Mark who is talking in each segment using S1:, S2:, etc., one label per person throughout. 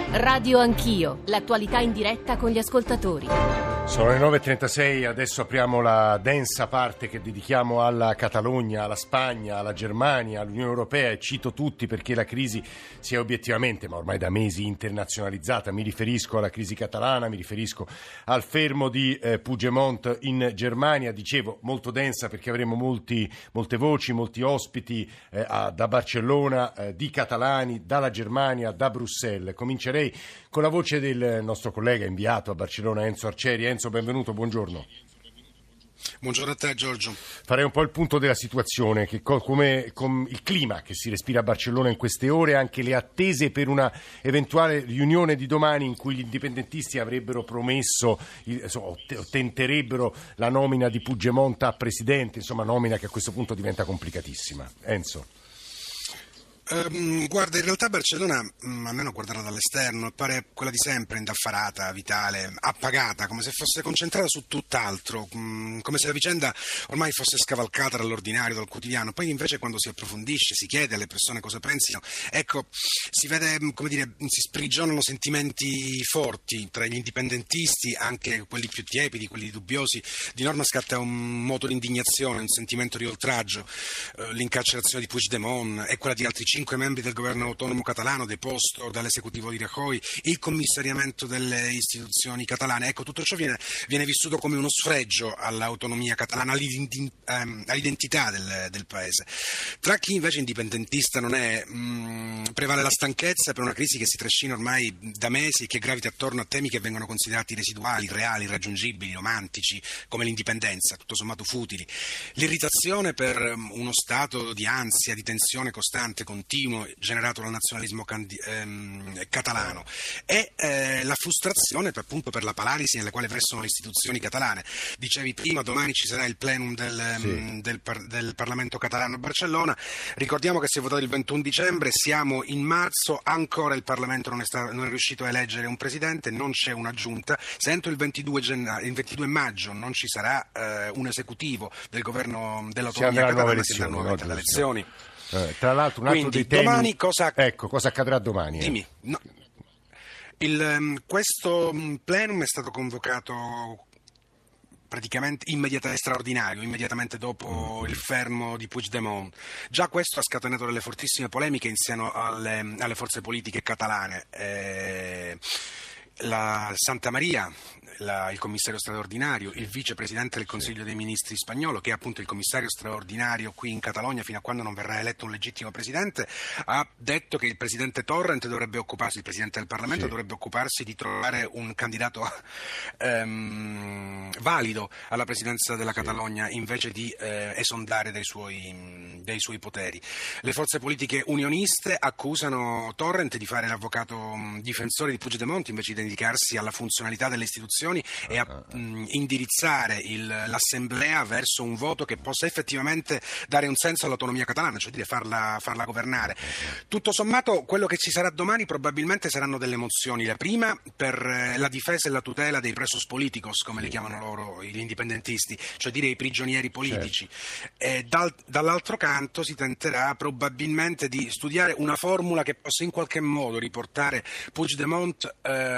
S1: Radio Anch'io, l'attualità in diretta con gli ascoltatori.
S2: Sono le 9.36, adesso apriamo la densa parte che dedichiamo alla Catalogna, alla Spagna, alla Germania, all'Unione Europea, e cito tutti perché la crisi si è obiettivamente, ma ormai da mesi, internazionalizzata. Mi riferisco alla crisi catalana, mi riferisco al fermo di Puigdemont in Germania, dicevo molto densa perché avremo molte voci, molti ospiti da Barcellona, di catalani, dalla Germania, da Bruxelles. Comincerei con la voce del nostro collega inviato a Barcellona, Enzo Arcieri. Enzo, benvenuto, buongiorno.
S3: Buongiorno a te, Giorgio.
S2: Farei un po' il punto della situazione, come il clima che si respira a Barcellona in queste ore, anche le attese per una eventuale riunione di domani in cui gli indipendentisti avrebbero promesso, tenterebbero la nomina di Puigdemont a presidente, insomma nomina che a questo punto diventa complicatissima. Enzo.
S3: Guarda, in realtà Barcellona, almeno guardarla dall'esterno, pare quella di sempre, indaffarata, vitale, appagata, come se fosse concentrata su tutt'altro, come se la vicenda ormai fosse scavalcata dall'ordinario, dal quotidiano. Poi invece quando si approfondisce, si chiede alle persone cosa pensino, ecco, si vede, come dire, si sprigionano sentimenti forti tra gli indipendentisti, anche quelli più tiepidi, quelli dubbiosi. Di norma scatta un moto di indignazione, un sentimento di oltraggio, l'incarcerazione di Puigdemont e quella di altri 5 membri del governo autonomo catalano deposto dall'esecutivo di Rajoy, il commissariamento delle istituzioni catalane. Ecco, tutto ciò viene vissuto come uno sfregio all'autonomia catalana, all'identità del paese. Tra chi invece indipendentista non è, prevale la stanchezza per una crisi che si trascina ormai da mesi e che gravita attorno a temi che vengono considerati residuali, reali, irraggiungibili, romantici, come l'indipendenza, tutto sommato futili. L'irritazione per uno stato di ansia, di tensione costante, continuo, generato dal nazionalismo catalano, e la frustrazione appunto per la paralisi nella quale versano le istituzioni catalane. Dicevi prima, domani ci sarà il plenum del Parlamento catalano a Barcellona. Ricordiamo che si è votato il 21 dicembre, siamo in marzo, ancora il Parlamento non è riuscito a eleggere un presidente, non c'è una giunta. Se entro il 22 maggio non ci sarà un esecutivo del governo dell'autonomia catalana, si andranno nuovamente alle elezioni.
S2: Tra l'altro un altro dei temi.
S3: Domani cosa
S2: accadrà domani?
S3: Dimmi. No. Questo plenum è stato convocato praticamente immediatamente dopo il fermo di Puigdemont. Già questo ha scatenato delle fortissime polemiche in seno alle forze politiche catalane. La Santa Maria, il commissario straordinario, il vicepresidente del Consiglio dei Ministri spagnolo, che è appunto il commissario straordinario qui in Catalogna fino a quando non verrà eletto un legittimo presidente, ha detto che il presidente Torrent dovrebbe occuparsi, il presidente del Parlamento dovrebbe occuparsi di trovare un candidato valido alla presidenza della Catalogna invece di esondare dei suoi poteri. Le forze politiche unioniste accusano Torrent di fare l'avvocato difensore di Puigdemont invece di dedicarsi alla funzionalità delle istituzioni e a indirizzare l'assemblea verso un voto che possa effettivamente dare un senso all'autonomia catalana, cioè dire farla governare. Tutto sommato quello che ci sarà domani probabilmente saranno delle mozioni. La prima per la difesa e la tutela dei presos politicos, come li chiamano loro gli indipendentisti, cioè dire i prigionieri politici. E dall'altro canto si tenterà probabilmente di studiare una formula che possa in qualche modo riportare Puigdemont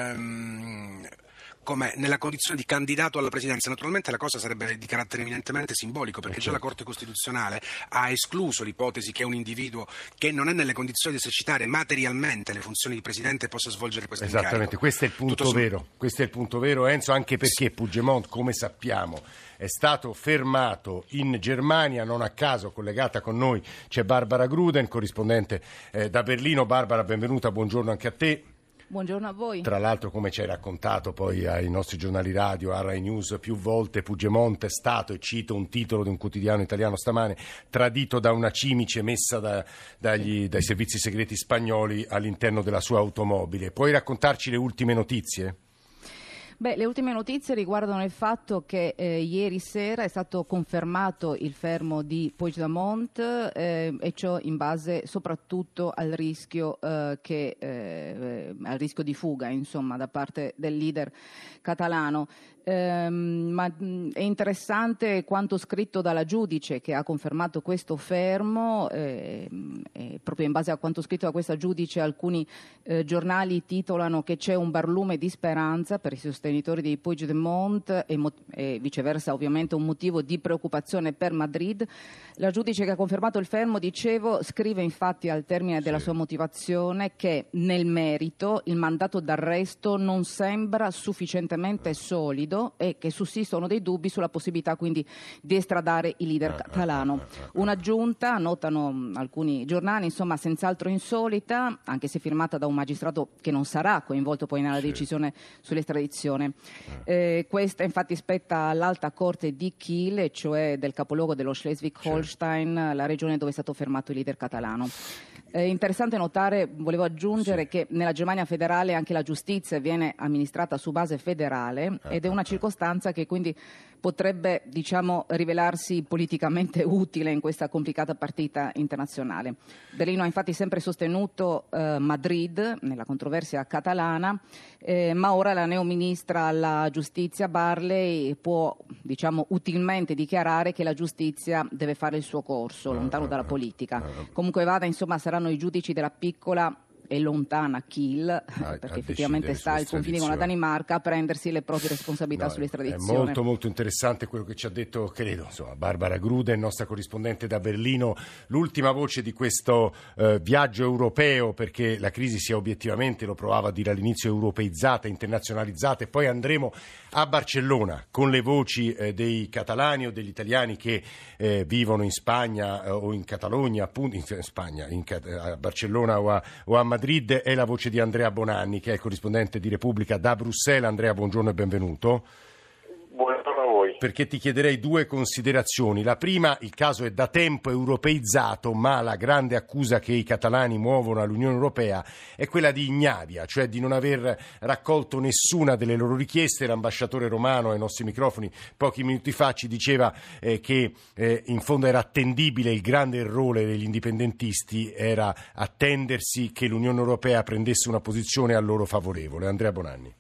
S3: come nella condizione di candidato alla presidenza. Naturalmente la cosa sarebbe di carattere eminentemente simbolico, perché già la Corte Costituzionale ha escluso l'ipotesi che un individuo che non è nelle condizioni di esercitare materialmente le funzioni di presidente possa svolgere questo incarico.
S2: Esattamente, questo è il punto vero. Questo è il punto vero, Enzo, anche perché Puigdemont, come sappiamo, è stato fermato in Germania. Non a caso collegata con noi c'è Barbara Gruden, corrispondente da Berlino. Barbara, benvenuta, buongiorno anche a te.
S4: Buongiorno a voi.
S2: Tra l'altro, come ci hai raccontato poi ai nostri giornali radio, a Rai News più volte, Puigdemont è stato, e cito un titolo di un quotidiano italiano stamane, tradito da una cimice messa dai servizi segreti spagnoli all'interno della sua automobile. Puoi raccontarci le ultime notizie?
S4: Le ultime notizie riguardano il fatto che ieri sera è stato confermato il fermo di Puigdemont e ciò in base soprattutto al rischio di fuga, insomma, da parte del leader catalano. Ma è interessante quanto scritto dalla giudice che ha confermato questo fermo, proprio in base a quanto scritto da questa giudice alcuni giornali titolano che c'è un barlume di speranza per i sostenitori di Puigdemont e viceversa ovviamente un motivo di preoccupazione per Madrid. La giudice che ha confermato il fermo, dicevo, scrive infatti al termine della sua motivazione che nel merito il mandato d'arresto non sembra sufficientemente solido e che sussistono dei dubbi sulla possibilità quindi di estradare il leader catalano. Un'aggiunta, notano alcuni giornali, insomma senz'altro insolita, anche se firmata da un magistrato che non sarà coinvolto poi nella decisione sull'estradizione. Questa infatti spetta all'alta corte di Kiel, cioè del capoluogo dello Schleswig-Holstein, la regione dove è stato fermato il leader catalano. È interessante notare, volevo aggiungere, che nella Germania federale anche la giustizia viene amministrata su base federale ed è una circostanza che quindi potrebbe, rivelarsi politicamente utile in questa complicata partita internazionale. Berlino ha infatti sempre sostenuto Madrid nella controversia catalana, ma ora la neoministra alla giustizia Barley può, utilmente dichiarare che la giustizia deve fare il suo corso, lontano dalla politica. Comunque vada, saranno i giudici della piccola e lontana Kiel, perché effettivamente sta ai confini con la Danimarca, a prendersi le proprie responsabilità sull'estradizione.
S2: È molto molto interessante quello che ci ha detto, credo, Barbara Gruden, nostra corrispondente da Berlino, l'ultima voce di questo viaggio europeo, perché la crisi sia obiettivamente, lo provava a dire all'inizio, europeizzata, internazionalizzata, e poi andremo a Barcellona con le voci dei catalani o degli italiani che vivono in Spagna o in Catalogna, appunto in Spagna, a Barcellona o a Madrid. È la voce di Andrea Bonanni, che è il corrispondente di Repubblica da Bruxelles. Andrea, buongiorno e benvenuto.
S5: Buongiorno a voi.
S2: Perché ti chiederei due considerazioni. La prima, il caso è da tempo europeizzato, ma la grande accusa che i catalani muovono all'Unione Europea è quella di ignavia, cioè di non aver raccolto nessuna delle loro richieste. L'ambasciatore romano ai nostri microfoni pochi minuti fa ci diceva che in fondo era attendibile, il grande errore degli indipendentisti era attendersi che l'Unione Europea prendesse una posizione a loro favorevole. Andrea Bonanni.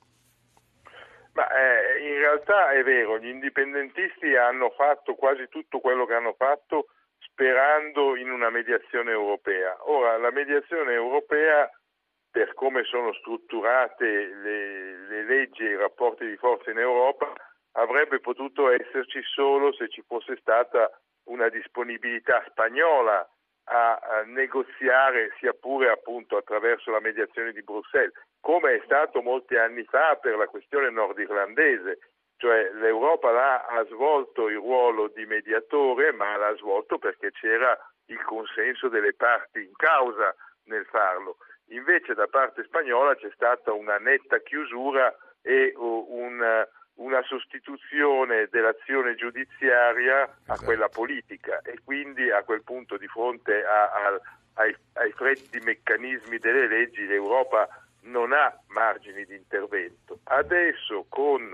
S5: Ma in realtà è vero, gli indipendentisti hanno fatto quasi tutto quello che hanno fatto sperando in una mediazione europea. Ora, la mediazione europea, per come sono strutturate le leggi e i rapporti di forza in Europa, avrebbe potuto esserci solo se ci fosse stata una disponibilità spagnola a negoziare, sia pure appunto attraverso la mediazione di Bruxelles, come è stato molti anni fa per la questione nordirlandese, cioè l'Europa là ha svolto il ruolo di mediatore, ma l'ha svolto perché c'era il consenso delle parti in causa nel farlo. Invece da parte spagnola c'è stata una netta chiusura e una sostituzione dell'azione giudiziaria a quella politica, e quindi a quel punto, di fronte ai freddi meccanismi delle leggi, l'Europa non ha margini di intervento. Adesso, con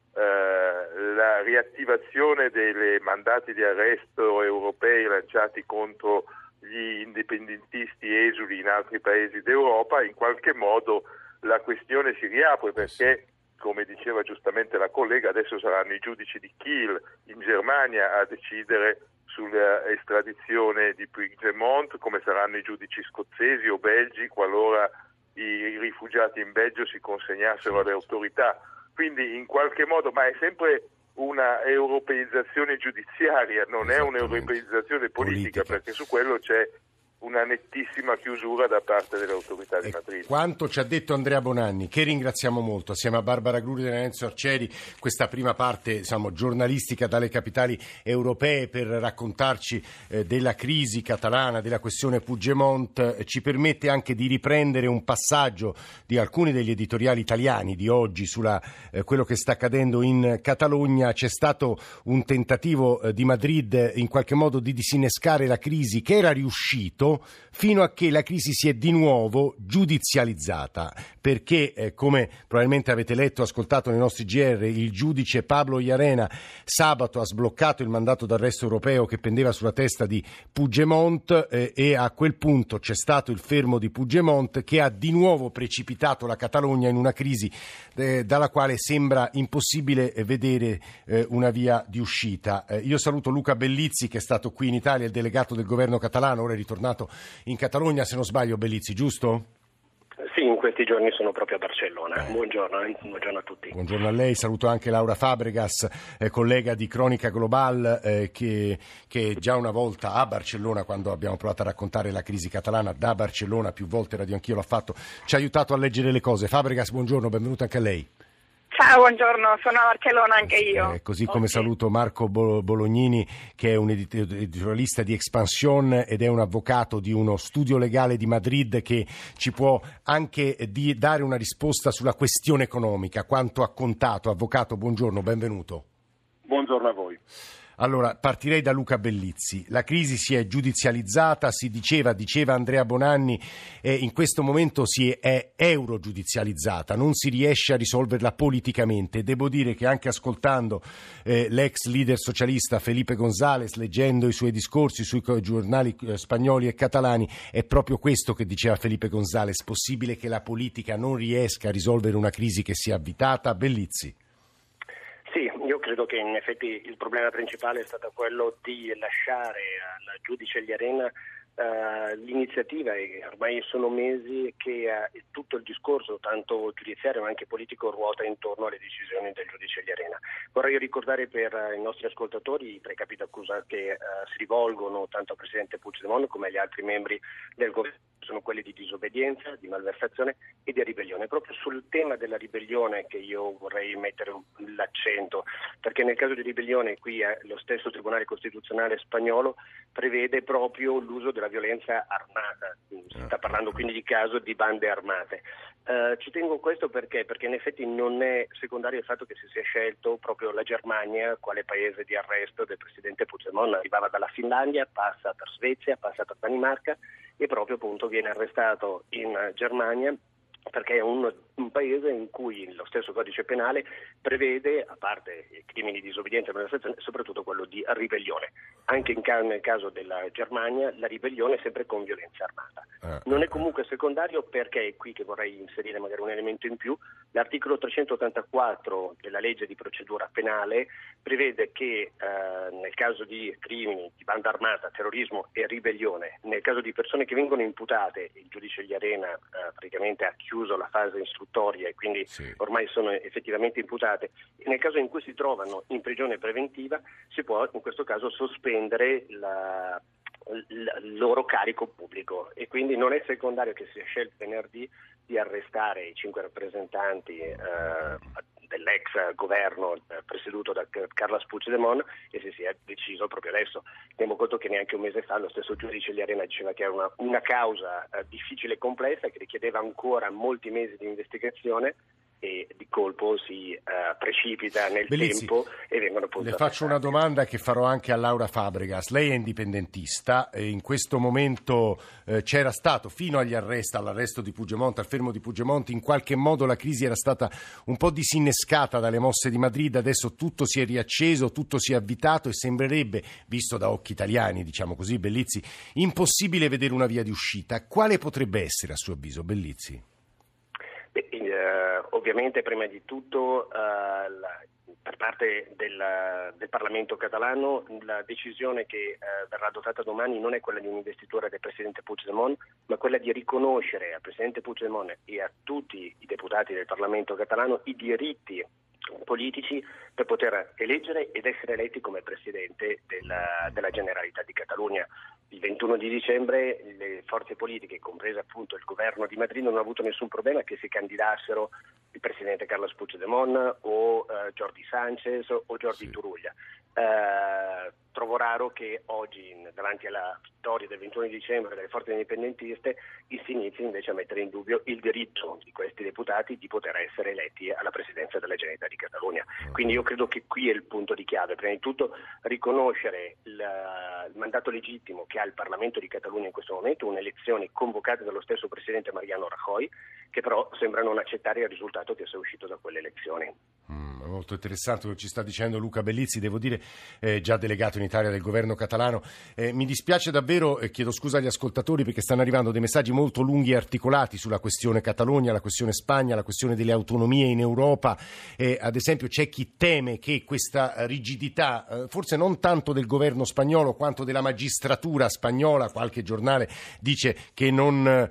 S5: la riattivazione dei mandati di arresto europei lanciati contro gli indipendentisti esuli in altri paesi d'Europa, in qualche modo la questione si riapre, perché, come diceva giustamente la collega, adesso saranno i giudici di Kiel in Germania a decidere sull'estradizione di Puigdemont, come saranno i giudici scozzesi o belgi qualora i rifugiati in Belgio si consegnassero alle autorità. Quindi in qualche modo, ma è sempre una europeizzazione giudiziaria, non è un'europeizzazione politica, perché su quello c'è una nettissima chiusura da parte delle autorità di Madrid.
S2: Quanto ci ha detto Andrea Bonanni, che ringraziamo molto, assieme a Barbara Gruden e Enzo Arcieri, questa prima parte giornalistica dalle capitali europee per raccontarci della crisi catalana, della questione Puigdemont, ci permette anche di riprendere un passaggio di alcuni degli editoriali italiani di oggi sulla quello che sta accadendo in Catalogna. C'è stato un tentativo di Madrid in qualche modo di disinnescare la crisi, che era riuscito, passato fino a che la crisi si è di nuovo giudizializzata, perché come probabilmente avete letto e ascoltato nei nostri GR, il giudice Pablo Llarena sabato ha sbloccato il mandato d'arresto europeo che pendeva sulla testa di Puigdemont e a quel punto c'è stato il fermo di Puigdemont che ha di nuovo precipitato la Catalogna in una crisi dalla quale sembra impossibile vedere una via di uscita. Io saluto Luca Bellizzi, che è stato qui in Italia, il delegato del governo catalano, ora è ritornato in Catalogna, se non sbaglio. Bellizzi, giusto?
S6: Sì, in questi giorni sono proprio a Barcellona. Buongiorno a tutti.
S2: Buongiorno a lei, saluto anche Laura Fabregas, collega di Cronica Global, che già una volta a Barcellona, quando abbiamo provato a raccontare la crisi catalana, da Barcellona, più volte Radio Anch'io l'ha fatto, ci ha aiutato a leggere le cose. Fabregas, buongiorno, benvenuto anche a lei.
S7: Ciao, buongiorno, sono a Barcellona anche io.
S2: Così come saluto Marco Bolognini, che è un editorialista di Expansión ed è un avvocato di uno studio legale di Madrid che ci può anche dare una risposta sulla questione economica. Quanto ha contato? Avvocato, buongiorno, benvenuto.
S8: Buongiorno a voi.
S2: Allora, partirei da Luca Bellizzi. La crisi si è giudizializzata, diceva Andrea Bonanni, e in questo momento si è eurogiudizializzata, non si riesce a risolverla politicamente. Devo dire che anche ascoltando l'ex leader socialista Felipe González, leggendo i suoi discorsi sui giornali spagnoli e catalani, è proprio questo che diceva Felipe González: possibile che la politica non riesca a risolvere una crisi che si è avvitata? Bellizzi.
S6: Sì, io credo che in effetti il problema principale è stato quello di lasciare al giudice Llarena l'iniziativa, e ormai sono mesi che tutto il discorso, tanto giudiziario ma anche politico, ruota intorno alle decisioni del giudice Llarena. Vorrei ricordare per i nostri ascoltatori i tre capi d'accusa che si rivolgono tanto al presidente Puigdemont come agli altri membri del governo. Sono quelli di disobbedienza, di malversazione e di ribellione. Proprio sul tema della ribellione che io vorrei mettere l'accento, perché nel caso di ribellione qui lo stesso Tribunale Costituzionale spagnolo prevede proprio l'uso della violenza armata. Si sta parlando quindi di caso di bande armate. Ci tengo a questo perché in effetti non è secondario il fatto che si sia scelto proprio la Germania quale paese di arresto del presidente Puigdemont. Arrivava dalla Finlandia, passa per Svezia, passa per Danimarca e proprio appunto viene arrestato in Germania perché è un paese in cui lo stesso codice penale prevede, a parte i crimini di disobbedienza e malversazione, soprattutto quello di ribellione. Anche nel caso della Germania la ribellione è sempre con violenza armata. Non è comunque secondario perché, è qui che vorrei inserire magari un elemento in più, l'articolo 384 della legge di procedura penale prevede che nel caso di crimini di banda armata, terrorismo e ribellione, nel caso di persone che vengono imputate, il giudice Llarena praticamente ha chiuso la fase istruttoria e quindi ormai sono effettivamente imputate, e nel caso in cui si trovano in prigione preventiva si può in questo caso sospendere il loro carico pubblico, e quindi non è secondario che sia scelto venerdì di arrestare i 5 rappresentanti dell'ex governo presieduto da Carles Puigdemont, e si sia deciso proprio adesso. Teniamo conto che neanche un mese fa lo stesso giudice Llarena diceva che era una causa difficile e complessa che richiedeva ancora molti mesi di investigazione, e di colpo si precipita nel tempo e vengono puntate.
S2: Le faccio una domanda che farò anche a Laura Fabregas. Lei è indipendentista e in questo momento c'era stato fino all'arresto di Puigdemont, al fermo di Puigdemont, in qualche modo la crisi era stata un po' disinnescata dalle mosse di Madrid, adesso tutto si è riacceso, tutto si è avvitato e sembrerebbe, visto da occhi italiani, diciamo così, Bellizzi, impossibile vedere una via di uscita. Quale potrebbe essere a suo avviso, Bellizzi?
S6: Ovviamente prima di tutto per parte del Parlamento catalano la decisione che verrà adottata domani non è quella di un'investitura del Presidente Puigdemont, ma quella di riconoscere al Presidente Puigdemont e a tutti i deputati del Parlamento catalano i diritti politici per poter eleggere ed essere eletti come Presidente della Generalitat di Catalogna. Il 21 di dicembre le forze politiche, comprese appunto il governo di Madrid, non hanno avuto nessun problema che si candidassero il presidente Carles Puigdemont o Jordi Sánchez o Jordi Turulla. Trovo raro che oggi, davanti alla vittoria del 21 dicembre delle forze indipendentiste, si inizi invece a mettere in dubbio il diritto di questi deputati di poter essere eletti alla presidenza della Generalitat di Catalogna. Quindi io credo che qui è il punto di chiave. Prima di tutto riconoscere il mandato legittimo che ha il Parlamento di Catalogna in questo momento, un'elezione convocata dallo stesso presidente Mariano Rajoy, che però sembra non accettare il risultato che sia uscito da quelle elezioni.
S2: Molto interessante quello che ci sta dicendo Luca Bellizzi, devo dire, già delegato in Italia del governo catalano. Mi dispiace davvero, chiedo scusa agli ascoltatori perché stanno arrivando dei messaggi molto lunghi e articolati sulla questione Catalogna, la questione Spagna, la questione delle autonomie in Europa. Ad esempio c'è chi teme che questa rigidità, forse non tanto del governo spagnolo quanto della magistratura spagnola, qualche giornale dice che ora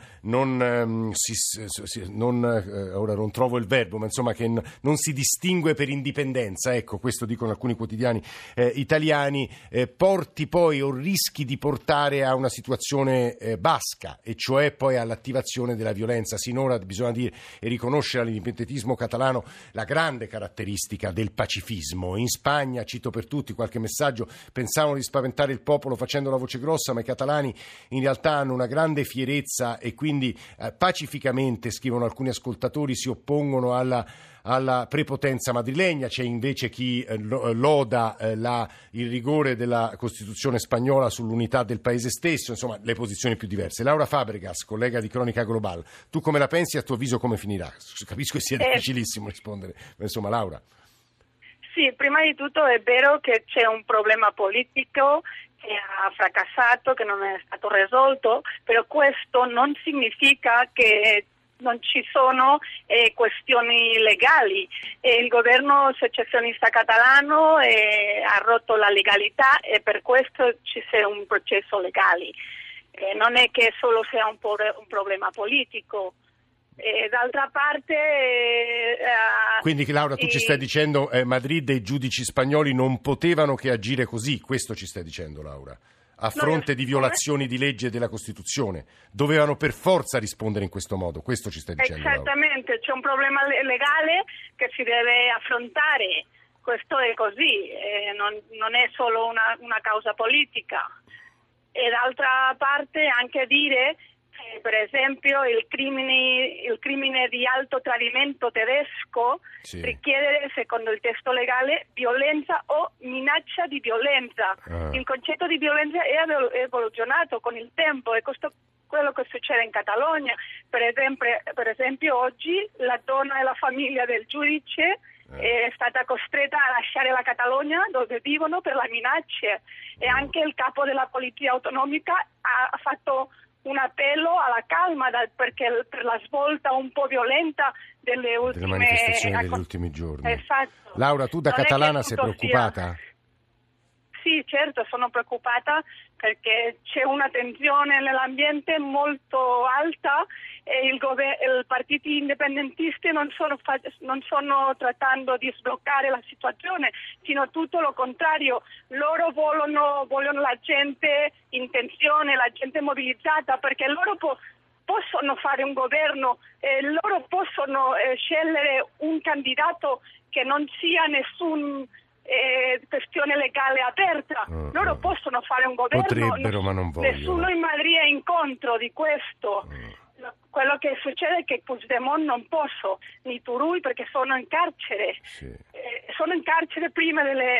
S2: non trovo il verbo, ma insomma che non si distingue per indipendenza, ecco, questo dicono alcuni quotidiani italiani, porti poi o rischi di portare a una situazione basca, e cioè poi all'attivazione della violenza. Sinora bisogna dire e riconoscere all'indipendentismo catalano la grande caratteristica del pacifismo. In Spagna, cito per tutti qualche messaggio, pensavano di spaventare il popolo facendo la voce grossa, ma i catalani in realtà hanno una grande fierezza e quindi pacificamente, scrivono alcuni ascoltatori, si oppongono alla prepotenza madrilegna. C'è invece chi loda il rigore della Costituzione spagnola sull'unità del paese stesso, insomma le posizioni più diverse. Laura Fabregas, collega di Cronica Global, tu come la pensi? A tuo avviso come finirà? Capisco che sia difficilissimo rispondere, ma insomma Laura.
S7: Sì, prima di tutto è vero che c'è un problema politico che ha fracassato, che non è stato risolto, però questo non significa che non ci sono questioni legali. Il governo secessionista catalano ha rotto la legalità e per questo ci sia un processo legale. Non è che solo sia un problema politico. D'altra parte
S2: quindi Laura, tu ci stai dicendo Madrid e i giudici spagnoli non potevano che agire così, questo ci stai dicendo, Laura? A fronte di violazioni di legge e della Costituzione, dovevano per forza rispondere in questo modo, questo ci stai dicendo?
S7: Esattamente, Laura. C'è un problema legale che si deve affrontare, questo è così, non è solo una causa politica. E d'altra parte anche dire per esempio il crimine di alto tradimento tedesco richiede, secondo il testo legale, violenza o minaccia di violenza. Il concetto di violenza è evoluzionato con il tempo e questo quello che succede in Catalogna. Per esempio oggi la donna e la famiglia del giudice è stata costretta a lasciare la Catalogna dove vivono per le minacce e anche il capo della polizia autonomica ha fatto un appello alla calma perché per la svolta un po' violenta delle
S2: manifestazioni degli ultimi giorni.
S7: Esatto.
S2: Laura, tu da catalana sei preoccupata?
S7: Sì, certo, sono preoccupata perché c'è una tensione nell'ambiente molto alta e i partiti indipendentisti non stanno trattando di sbloccare la situazione, sino tutto lo contrario. Loro vogliono la gente in tensione, la gente mobilizzata, perché loro possono fare un governo, loro possono scegliere un candidato che non sia nessun questione legale aperta. Loro possono fare un governo,
S2: potrebbero, ma non vogliono.
S7: Nessuno in Madrid è in contro di questo. Quello che succede è che Puigdemont non posso, ni Turull, perché sono in carcere. Sono in carcere prima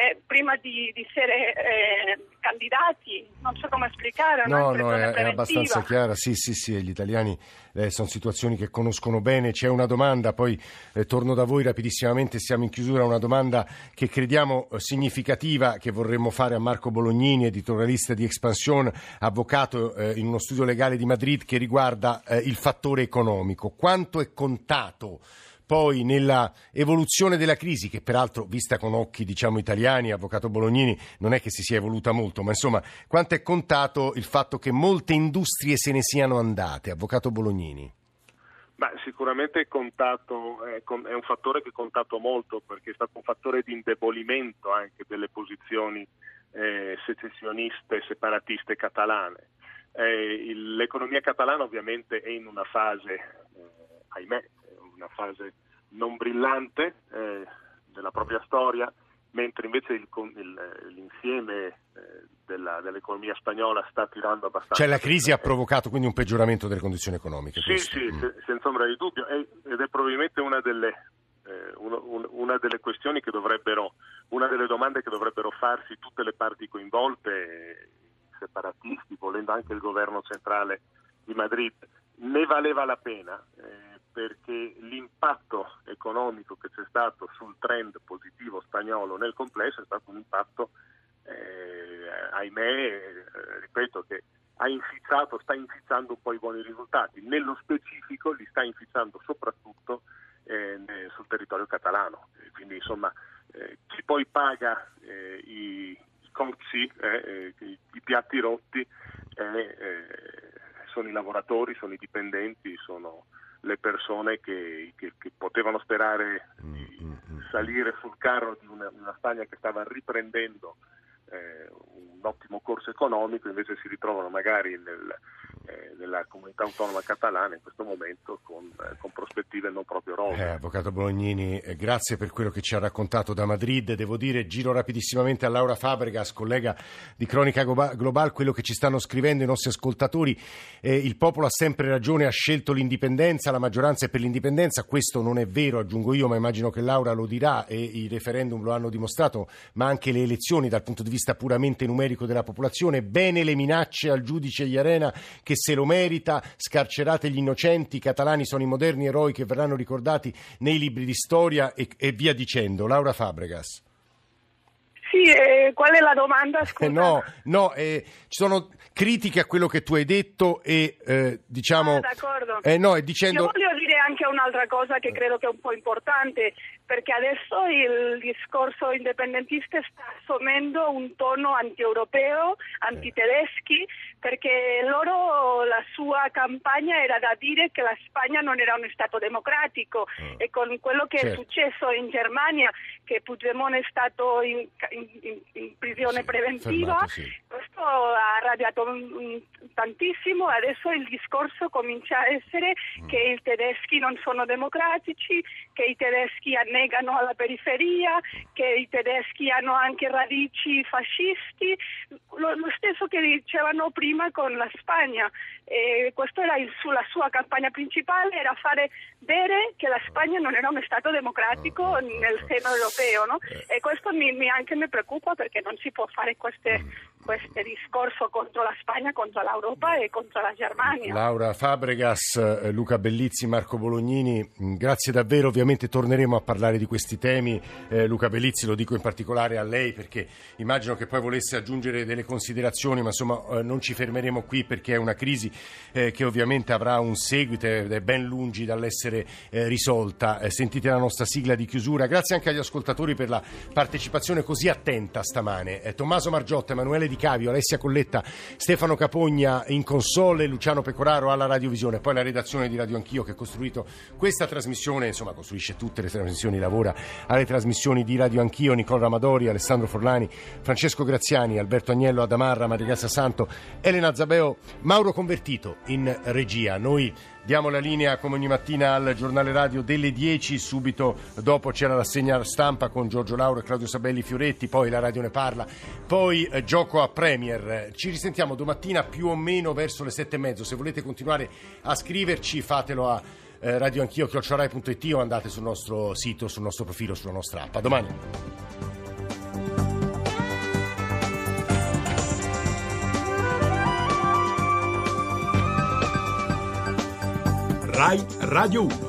S7: di essere candidati. Non so come spiegare.
S2: No, è abbastanza chiara. Sì, gli italiani sono situazioni che conoscono bene. C'è una domanda, poi torno da voi rapidissimamente, siamo in chiusura, una domanda che crediamo significativa, che vorremmo fare a Marco Bolognini, editorialista di Expansión, avvocato in uno studio legale di Madrid, che riguarda il fattore economico. Quanto è contato poi nella evoluzione della crisi, che peraltro vista con occhi italiani, avvocato Bolognini, non è che si sia evoluta molto, ma insomma quanto è contato il fatto che molte industrie se ne siano andate, avvocato Bolognini?
S8: Sicuramente è contato, è un fattore che è contato molto, perché è stato un fattore di indebolimento anche delle posizioni secessioniste, separatiste catalane. L'economia catalana ovviamente è in una fase, ahimè, una fase non brillante della propria storia, mentre invece l'insieme dell'economia spagnola sta tirando abbastanza.
S2: Cioè la crisi ha provocato quindi un peggioramento delle condizioni economiche?
S8: Sì, senza ombra di dubbio, ed è probabilmente una delle questioni che una delle domande che dovrebbero farsi tutte le parti coinvolte, i separatisti, volendo anche il governo centrale di Madrid. Ne valeva la pena, perché l'impatto economico che c'è stato sul trend positivo spagnolo nel complesso è stato un impatto, ahimè, ripeto, che sta inficiando un po' i buoni risultati. Nello specifico li sta inficiando soprattutto sul territorio catalano. Quindi insomma chi poi paga i costi, i piatti rotti, sono i lavoratori, sono i dipendenti, sono le persone che potevano sperare di salire sul carro di una Spagna che stava riprendendo un ottimo corso economico, invece si ritrovano magari nella comunità autonoma catalana in questo momento con prospettive non proprio rosee.
S2: Avvocato Bolognini, grazie per quello che ci ha raccontato da Madrid. Devo dire, giro rapidissimamente a Laura Fabregas, collega di Cronica Global, quello che ci stanno scrivendo i nostri ascoltatori. Il popolo ha sempre ragione, ha scelto l'indipendenza, la maggioranza è per l'indipendenza. Questo non è vero, aggiungo io, ma immagino che Laura lo dirà, e i referendum lo hanno dimostrato, ma anche le elezioni dal punto di vista puramente numerico della popolazione. Bene le minacce al giudice Llarena, che se lo merita, scarcerate gli innocenti, i catalani sono i moderni eroi che verranno ricordati nei libri di storia, e via dicendo. Laura Fabregas.
S7: Sì, qual è la domanda?
S2: No, ci sono critiche a quello che tu hai detto e diciamo...
S7: d'accordo.
S2: Dicendo...
S7: Io voglio dire anche un'altra cosa che credo che è un po' importante, perché adesso il discorso indipendentista sta assumendo un tono anti-europeo, anti-tedeschi, perché la sua campagna era da dire che la Spagna non era un Stato democratico, e con quello che è successo in Germania, che Puigdemont è stato in prigione preventiva, questo ha arrabbiato tantissimo. Adesso il discorso comincia a essere che i tedeschi non sono democratici, che i tedeschi annegano alla periferia, che i tedeschi hanno anche radici fascisti, lo stesso che dicevano prima con la Spagna. Questo era la sua campagna principale, era fare vedere che la Spagna non era un Stato democratico nel seno europeo, no? E questo anche mi preoccupa, perché non si può fare questo discorso contro la Spagna, contro l'Europa e contro la Germania.
S2: Laura Fabregas, Luca Bellizzi, Marco Bolognini, grazie davvero. Ovviamente torneremo a parlare di questi temi. Luca Bellizzi, lo dico in particolare a lei, perché immagino che poi volesse aggiungere delle considerazioni, ma insomma non ci fermeremo qui, perché è una crisi che ovviamente avrà un seguito ed è ben lungi dall'essere risolta. Sentite la nostra sigla di chiusura. Grazie anche agli ascoltatori per la partecipazione così attenta stamane. Tommaso Margiotta, Emanuele Di Cavio, Alessia Colletta, Stefano Capogna in console, Luciano Pecoraro alla radiovisione, poi la redazione di Radio Anch'io che ha costruito questa trasmissione, insomma costruisce tutte le trasmissioni, lavora alle trasmissioni di Radio Anch'io, Nicola Ramadori, Alessandro Forlani, Francesco Graziani, Alberto Agnello, Adamarra, Maria Grazia Santo, Elena Zabeo, Mauro Convertito in regia. Noi diamo la linea come ogni mattina al giornale radio delle 10, subito dopo c'è la rassegna stampa con Giorgio Lauro e Claudio Sabelli Fioretti, poi la radio ne parla, poi gioco a Premier. Ci risentiamo domattina più o meno verso le 7:30. Se volete continuare a scriverci, fatelo a radioanchio@rai.it o andate sul nostro sito, sul nostro profilo, sulla nostra app. A domani.
S9: Rai Radio 1.